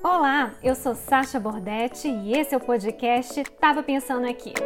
Olá, eu sou Sasha Bordetti e esse é o podcast Tava Pensando Aqui.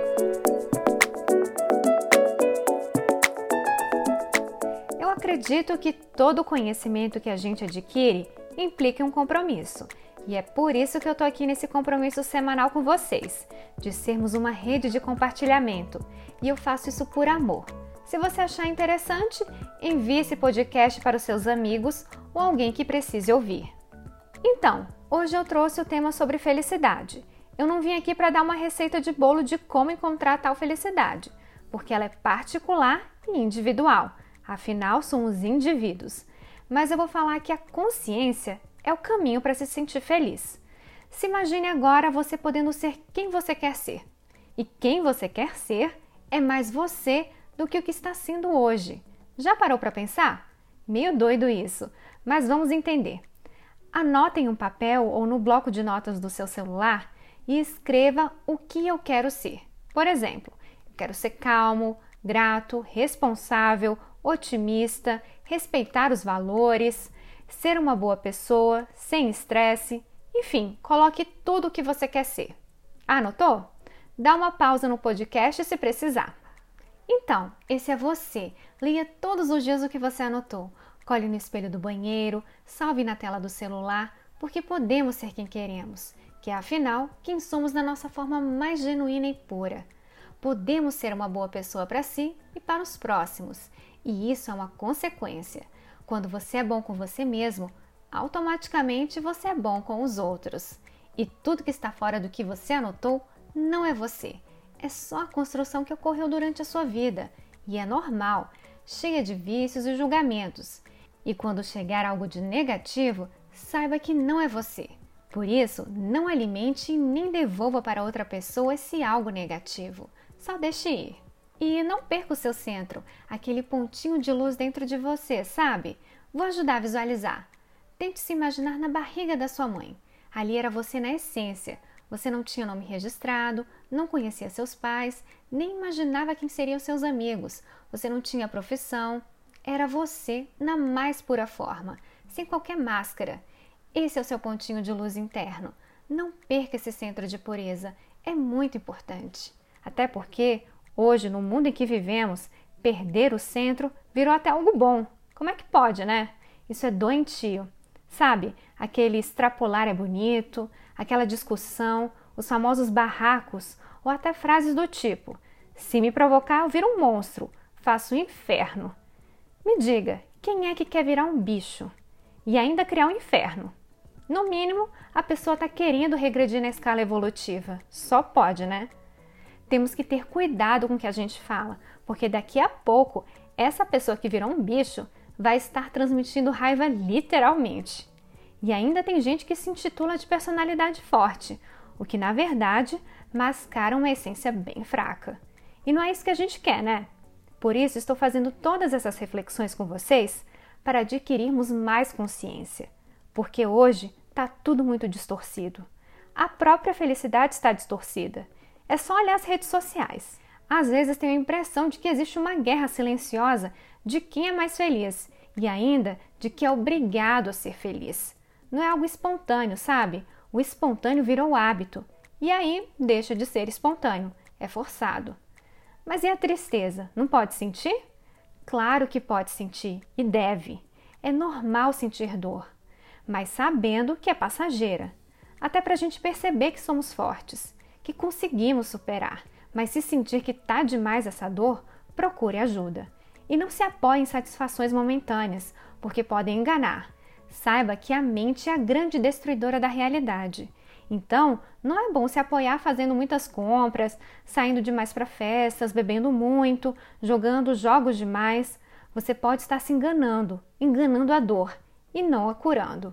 Eu acredito que todo conhecimento que a gente adquire implica um compromisso. E é por isso que eu tô aqui nesse compromisso semanal com vocês, de sermos uma rede de compartilhamento. E eu faço isso por amor. Se você achar interessante, envie esse podcast para os seus amigos ou alguém que precise ouvir. Então, hoje eu trouxe o tema sobre felicidade. Eu não vim aqui para dar uma receita de bolo de como encontrar tal felicidade, porque ela é particular e individual. Afinal, somos indivíduos. Mas eu vou falar que a consciência é o caminho para se sentir feliz. Se imagine agora você podendo ser quem você quer ser. E quem você quer ser é mais você do que o que está sendo hoje. Já parou para pensar? Meio doido isso, mas vamos entender. Anote em um papel ou no bloco de notas do seu celular e escreva o que eu quero ser. Por exemplo, eu quero ser calmo, grato, responsável, otimista, respeitar os valores, ser uma boa pessoa, sem estresse, enfim, coloque tudo o que você quer ser. Anotou? Dá uma pausa no podcast se precisar. Então, esse é você. Leia todos os dias o que você anotou. Colhe no espelho do banheiro, salve na tela do celular, porque podemos ser quem queremos, que é afinal quem somos na nossa forma mais genuína e pura. Podemos ser uma boa pessoa para si e para os próximos, e isso é uma consequência. Quando você é bom com você mesmo, automaticamente você é bom com os outros. E tudo que está fora do que você anotou não é você. É só a construção que ocorreu durante a sua vida, e é normal, cheia de vícios e julgamentos. E quando chegar algo de negativo, saiba que não é você. Por isso, não alimente e nem devolva para outra pessoa esse algo negativo. Só deixe ir. E não perca o seu centro, aquele pontinho de luz dentro de você, sabe? Vou ajudar a visualizar. Tente se imaginar na barriga da sua mãe. Ali era você na essência. Você não tinha nome registrado, não conhecia seus pais, nem imaginava quem seriam seus amigos. Você não tinha profissão. Era você na mais pura forma, sem qualquer máscara. Esse é o seu pontinho de luz interno. Não perca esse centro de pureza. É muito importante. Até porque, hoje, no mundo em que vivemos, perder o centro virou até algo bom. Como é que pode, né? Isso é doentio. Sabe, aquele extrapolar é bonito, aquela discussão, os famosos barracos ou até frases do tipo: se me provocar, eu viro um monstro, faço o inferno. Me diga, quem é que quer virar um bicho e ainda criar um inferno? No mínimo, a pessoa está querendo regredir na escala evolutiva. Só pode, né? Temos que ter cuidado com o que a gente fala, porque daqui a pouco, essa pessoa que virou um bicho vai estar transmitindo raiva literalmente. E ainda tem gente que se intitula de personalidade forte, o que na verdade mascara uma essência bem fraca. E não é isso que a gente quer, né? Por isso estou fazendo todas essas reflexões com vocês para adquirirmos mais consciência. Porque hoje está tudo muito distorcido. A própria felicidade está distorcida. É só olhar as redes sociais. Às vezes tenho a impressão de que existe uma guerra silenciosa de quem é mais feliz e ainda de que é obrigado a ser feliz. Não é algo espontâneo, sabe? O espontâneo virou hábito e aí deixa de ser espontâneo, é forçado. Mas e a tristeza? Não pode sentir? Claro que pode sentir e deve. É normal sentir dor, mas sabendo que é passageira. Até para a gente perceber que somos fortes, que conseguimos superar. Mas se sentir que tá demais essa dor, procure ajuda. E não se apoie em satisfações momentâneas, porque podem enganar. Saiba que a mente é a grande destruidora da realidade. Então, não é bom se apoiar fazendo muitas compras, saindo demais para festas, bebendo muito, jogando jogos demais. Você pode estar se enganando a dor e não a curando.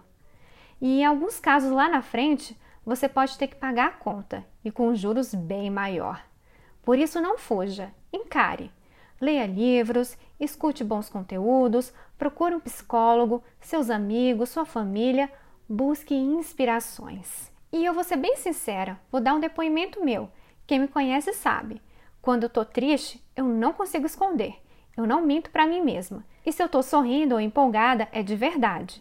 E em alguns casos lá na frente, você pode ter que pagar a conta e com juros bem maior. Por isso não fuja, encare. Leia livros, escute bons conteúdos, procure um psicólogo, seus amigos, sua família, busque inspirações. E eu vou ser bem sincera, vou dar um depoimento meu. Quem me conhece sabe. Quando eu tô triste, eu não consigo esconder. Eu não minto para mim mesma. E se eu tô sorrindo ou empolgada, é de verdade.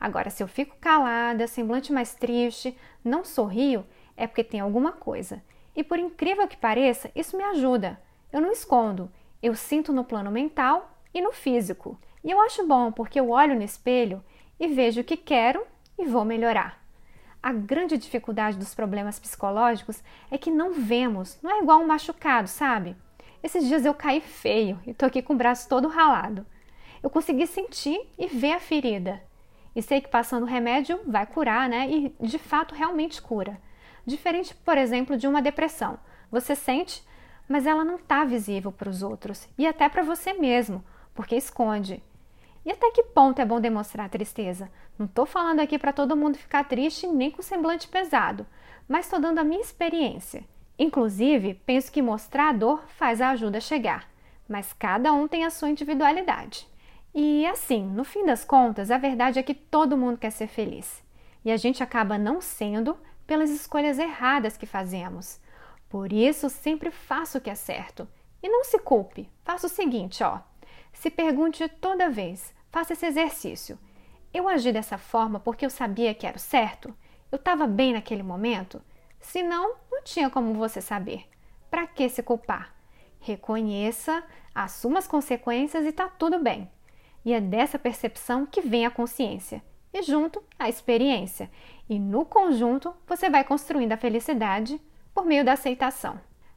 Agora, se eu fico calada, semblante mais triste, não sorrio, é porque tem alguma coisa. E por incrível que pareça, isso me ajuda. Eu não escondo, eu sinto no plano mental e no físico. E eu acho bom porque eu olho no espelho e vejo o que quero e vou melhorar. A grande dificuldade dos problemas psicológicos é que não vemos, não é igual um machucado, sabe? Esses dias eu caí feio e tô aqui com o braço todo ralado. Eu consegui sentir e ver a ferida. E sei que passando remédio vai curar, né? E de fato realmente cura. Diferente, por exemplo, de uma depressão. Você sente, mas ela não está visível para os outros e até para você mesmo, porque esconde. E até que ponto é bom demonstrar tristeza? Não estou falando aqui para todo mundo ficar triste nem com semblante pesado, mas estou dando a minha experiência. Inclusive, penso que mostrar a dor faz a ajuda chegar, mas cada um tem a sua individualidade. E assim, no fim das contas, a verdade é que todo mundo quer ser feliz. E a gente acaba não sendo pelas escolhas erradas que fazemos. Por isso, sempre faça o que é certo. E não se culpe. Faça o seguinte, se pergunte toda vez, faça esse exercício. Eu agi dessa forma porque eu sabia que era o certo? Eu estava bem naquele momento? Se não, não tinha como você saber. Para que se culpar? Reconheça, assuma as consequências e está tudo bem. E é dessa percepção que vem a consciência. E junto, a experiência. E no conjunto, você vai construindo a felicidade por meio da aceitação.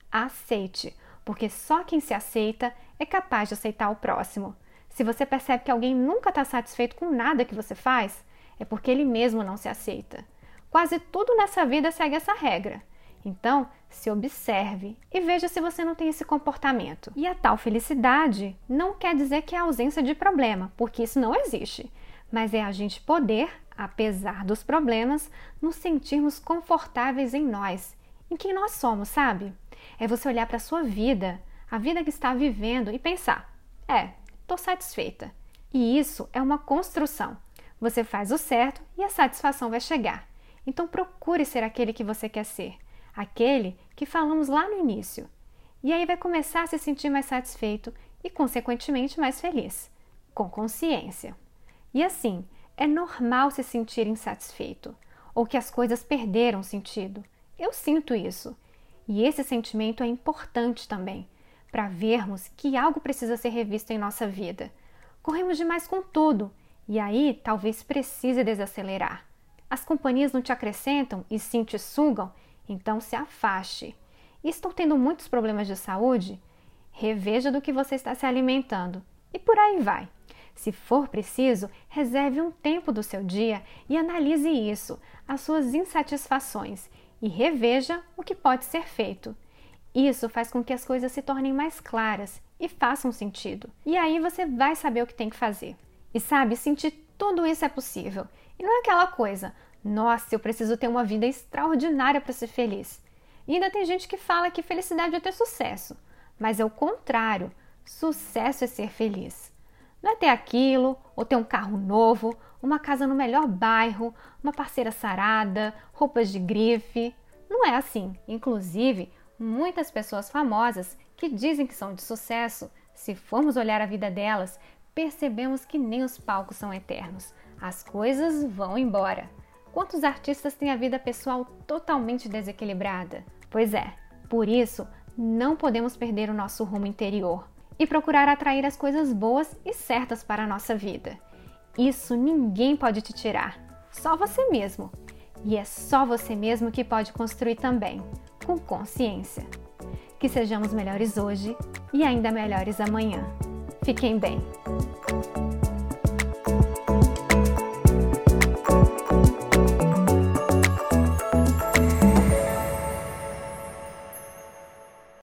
Aceite, porque só quem se aceita é capaz de aceitar o próximo. Se você percebe que alguém nunca está satisfeito com nada que você faz, é porque ele mesmo não se aceita. Quase tudo nessa vida segue essa regra. Então, se observe e veja se você não tem esse comportamento. E a tal felicidade não quer dizer que é ausência de problema, porque isso não existe. Mas é a gente poder, apesar dos problemas, nos sentirmos confortáveis em nós, em quem nós somos, sabe? É você olhar para a sua vida, a vida que está vivendo e pensar, estou satisfeita. E isso é uma construção. Você faz o certo e a satisfação vai chegar. Então procure ser aquele que você quer ser, aquele que falamos lá no início. E aí vai começar a se sentir mais satisfeito e, consequentemente, mais feliz, com consciência. E assim, é normal se sentir insatisfeito, ou que as coisas perderam sentido. Eu sinto isso. E esse sentimento é importante também, para vermos que algo precisa ser revisto em nossa vida. Corremos demais com tudo, e aí talvez precise desacelerar. As companhias não te acrescentam e sim te sugam, então se afaste. E estou tendo muitos problemas de saúde? Reveja do que você está se alimentando. E por aí vai. Se for preciso, reserve um tempo do seu dia e analise isso, as suas insatisfações, e reveja o que pode ser feito. Isso faz com que as coisas se tornem mais claras e façam sentido. E aí você vai saber o que tem que fazer. E sabe, sentir tudo isso é possível. E não é aquela coisa, nossa, eu preciso ter uma vida extraordinária para ser feliz. E ainda tem gente que fala que felicidade é ter sucesso. Mas é o contrário, sucesso é ser feliz. Não é ter aquilo, ou ter um carro novo, uma casa no melhor bairro, uma parceira sarada, roupas de grife. Não é assim. Inclusive, muitas pessoas famosas que dizem que são de sucesso, se formos olhar a vida delas, percebemos que nem os palcos são eternos. As coisas vão embora. Quantos artistas têm a vida pessoal totalmente desequilibrada? Pois é, por isso não podemos perder o nosso rumo interior e procurar atrair as coisas boas e certas para a nossa vida. Isso ninguém pode te tirar, só você mesmo. E é só você mesmo que pode construir também, com consciência. Que sejamos melhores hoje e ainda melhores amanhã. Fiquem bem!